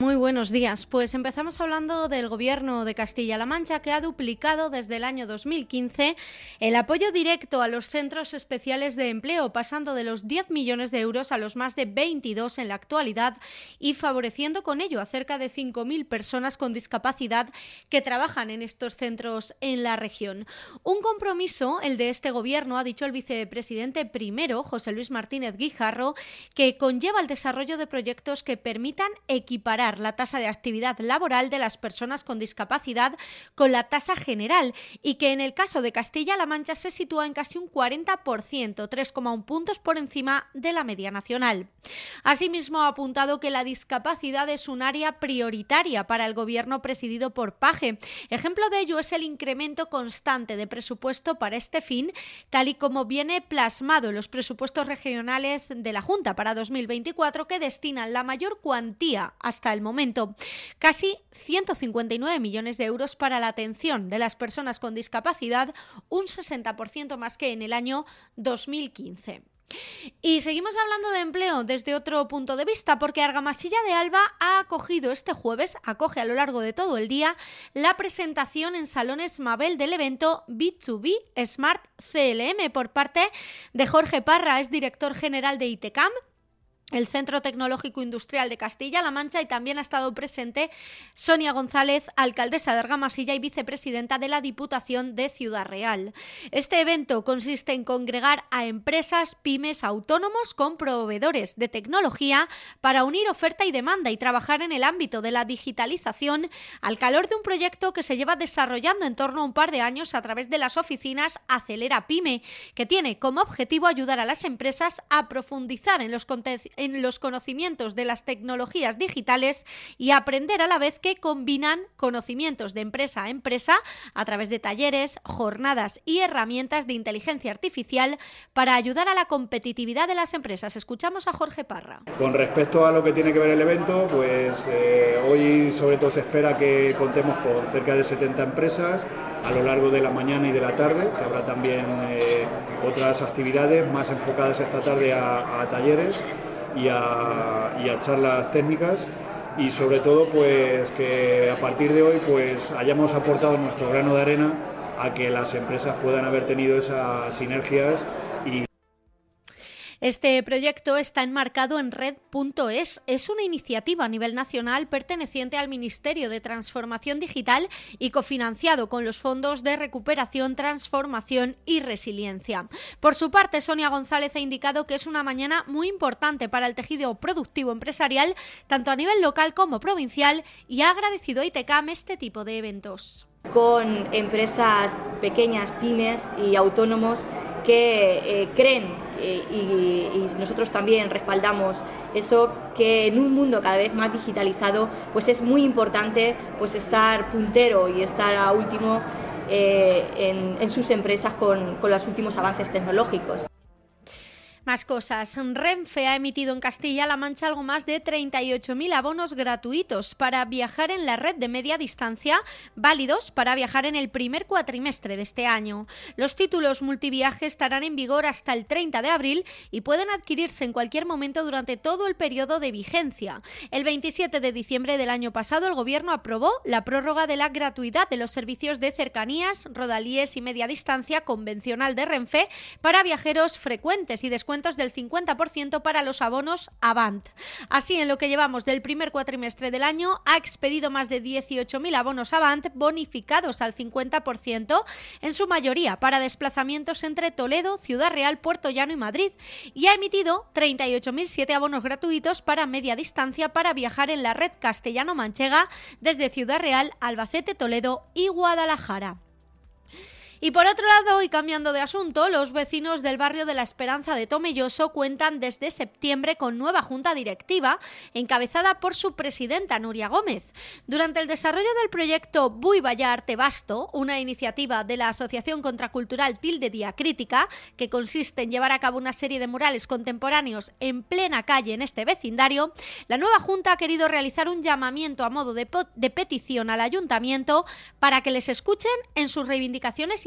Muy buenos días. Pues empezamos hablando del Gobierno de Castilla-La Mancha, que ha duplicado desde el año 2015 el apoyo directo a los centros especiales de empleo, pasando de los 10 millones de euros a los más de 22 en la actualidad y favoreciendo con ello a cerca de 5.000 personas con discapacidad que trabajan en estos centros en la región. Un compromiso, el de este Gobierno, ha dicho el vicepresidente primero, José Luis Martínez Guijarro, que conlleva el desarrollo de proyectos que permitan equiparar la tasa de actividad laboral de las personas con discapacidad con la tasa general y que en el caso de Castilla-La Mancha se sitúa en casi un 40%, 3,1 puntos por encima de la media nacional. Asimismo, ha apuntado que la discapacidad es un área prioritaria para el Gobierno presidido por Paje. Ejemplo de ello es el incremento constante de presupuesto para este fin, tal y como viene plasmado en los presupuestos regionales de la Junta para 2024, que destinan la mayor cuantía hasta el momento, casi 159 millones de euros para la atención de las personas con discapacidad, un 60% más que en el año 2015. Y seguimos hablando de empleo desde otro punto de vista, porque Argamasilla de Alba ha acogido este jueves, acoge a lo largo de todo el día, la presentación en Salones Mabel del evento B2B Smart CLM por parte de Jorge Parra, es director general de ITECAM, el Centro Tecnológico Industrial de Castilla-La Mancha, y también ha estado presente Sonia González, alcaldesa de Argamasilla y vicepresidenta de la Diputación de Ciudad Real. Este evento consiste en congregar a empresas, pymes, autónomos con proveedores de tecnología para unir oferta y demanda y trabajar en el ámbito de la digitalización al calor de un proyecto que se lleva desarrollando en torno a un par de años a través de las oficinas Acelera Pyme, que tiene como objetivo ayudar a las empresas a profundizar en los conocimientos de las tecnologías digitales y aprender a la vez que combinan conocimientos de empresa a empresa a través de talleres, jornadas y herramientas de inteligencia artificial para ayudar a la competitividad de las empresas. Escuchamos a Jorge Parra. Con respecto a lo que tiene que ver el evento, pues hoy sobre todo se espera que contemos con cerca de 70 empresas a lo largo de la mañana y de la tarde, que habrá también otras actividades más enfocadas esta tarde a talleres y a charlas técnicas, y sobre todo pues que a partir de hoy pues hayamos aportado nuestro grano de arena a que las empresas puedan haber tenido esas sinergias. Este proyecto está enmarcado en Red.es. Es una iniciativa a nivel nacional perteneciente al Ministerio de Transformación Digital y cofinanciado con los fondos de recuperación, transformación y resiliencia. Por su parte, Sonia González ha indicado que es una mañana muy importante para el tejido productivo empresarial, tanto a nivel local como provincial, y ha agradecido a ITECAM este tipo de eventos. Con empresas pequeñas, pymes y autónomos que creen y nosotros también respaldamos eso, que en un mundo cada vez más digitalizado pues es muy importante pues estar puntero y estar a último en sus empresas con los últimos avances tecnológicos. Más cosas. Renfe ha emitido en Castilla-La Mancha algo más de 38.000 abonos gratuitos para viajar en la red de media distancia, válidos para viajar en el primer cuatrimestre de este año. Los títulos multiviaje estarán en vigor hasta el 30 de abril y pueden adquirirse en cualquier momento durante todo el periodo de vigencia. El 27 de diciembre del año pasado, el Gobierno aprobó la prórroga de la gratuidad de los servicios de cercanías, rodalíes y media distancia convencional de Renfe para viajeros frecuentes y descuentos del 50% para los abonos Avant. Así, en lo que llevamos del primer cuatrimestre del año, ha expedido más de 18.000 abonos Avant bonificados al 50%, en su mayoría para desplazamientos entre Toledo, Ciudad Real, Puerto Llano y Madrid, y ha emitido 38.007 abonos gratuitos para media distancia para viajar en la red castellano-manchega desde Ciudad Real, Albacete, Toledo y Guadalajara. Y por otro lado, y cambiando de asunto, los vecinos del barrio de La Esperanza de Tomelloso cuentan desde septiembre con nueva junta directiva, encabezada por su presidenta Nuria Gómez. Durante el desarrollo del proyecto Vull Ballar Arte Basto, una iniciativa de la Asociación Contracultural Tilde Diacrítica, que consiste en llevar a cabo una serie de murales contemporáneos en plena calle en este vecindario, la nueva junta ha querido realizar un llamamiento a modo de petición al ayuntamiento para que les escuchen en sus reivindicaciones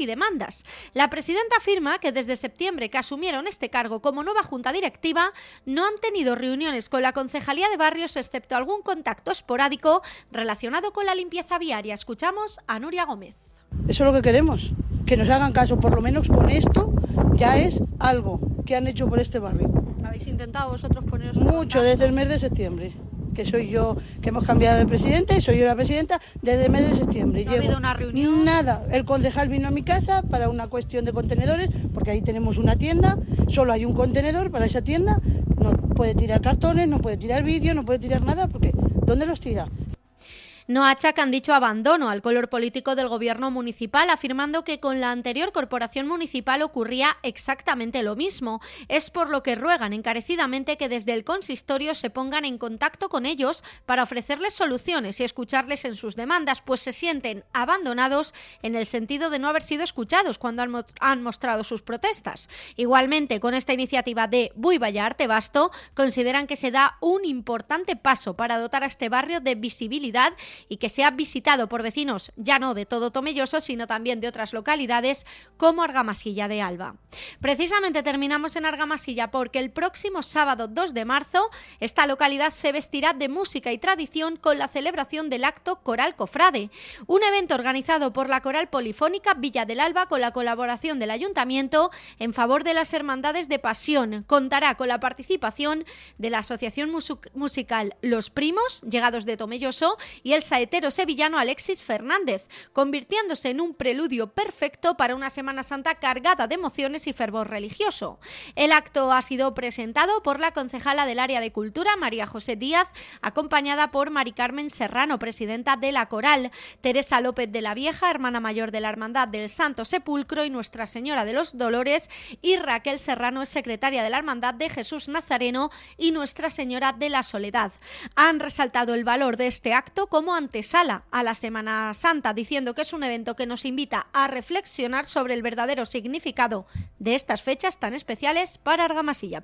y demandas. La presidenta afirma que desde septiembre que asumieron este cargo como nueva junta directiva no han tenido reuniones con la Concejalía de Barrios excepto algún contacto esporádico relacionado con la limpieza viaria. Escuchamos a Nuria Gómez. Eso es lo que queremos, que nos hagan caso, por lo menos con esto ya es algo que han hecho por este barrio. ¿Habéis intentado vosotros poneros mucho desde el mes de septiembre? Que soy yo, que hemos cambiado de presidente, soy yo la presidenta desde el mes de septiembre. ¿No ha habido una reunión? Nada, el concejal vino a mi casa para una cuestión de contenedores, porque ahí tenemos una tienda, solo hay un contenedor para esa tienda, no puede tirar cartones, no puede tirar vidrio, no puede tirar nada, porque ¿dónde los tira? No achacan dicho abandono al color político del gobierno municipal, afirmando que con la anterior corporación municipal ocurría exactamente lo mismo. Es por lo que ruegan encarecidamente que desde el consistorio se pongan en contacto con ellos para ofrecerles soluciones y escucharles en sus demandas, pues se sienten abandonados en el sentido de no haber sido escuchados cuando han mostrado sus protestas. Igualmente, con esta iniciativa de Vull Ballarte Basto, consideran que se da un importante paso para dotar a este barrio de visibilidad y que sea visitado por vecinos ya no de todo Tomelloso, sino también de otras localidades como Argamasilla de Alba. Precisamente terminamos en Argamasilla porque el próximo sábado 2 de marzo esta localidad se vestirá de música y tradición con la celebración del acto Coral Cofrade, un evento organizado por la Coral Polifónica Villa del Alba con la colaboración del Ayuntamiento en favor de las Hermandades de Pasión. Contará con la participación de la Asociación Musical Los Primos, llegados de Tomelloso, y el saetero sevillano Alexis Fernández, convirtiéndose en un preludio perfecto para una Semana Santa cargada de emociones y fervor religioso. El acto ha sido presentado por la concejala del área de Cultura, María José Díaz, acompañada por Mari Carmen Serrano, presidenta de la Coral, Teresa López de la Vieja, hermana mayor de la Hermandad del Santo Sepulcro y Nuestra Señora de los Dolores, y Raquel Serrano es secretaria de la Hermandad de Jesús Nazareno y Nuestra Señora de la Soledad. Han resaltado el valor de este acto como antesala a la Semana Santa, diciendo que es un evento que nos invita a reflexionar sobre el verdadero significado de estas fechas tan especiales para Argamasilla.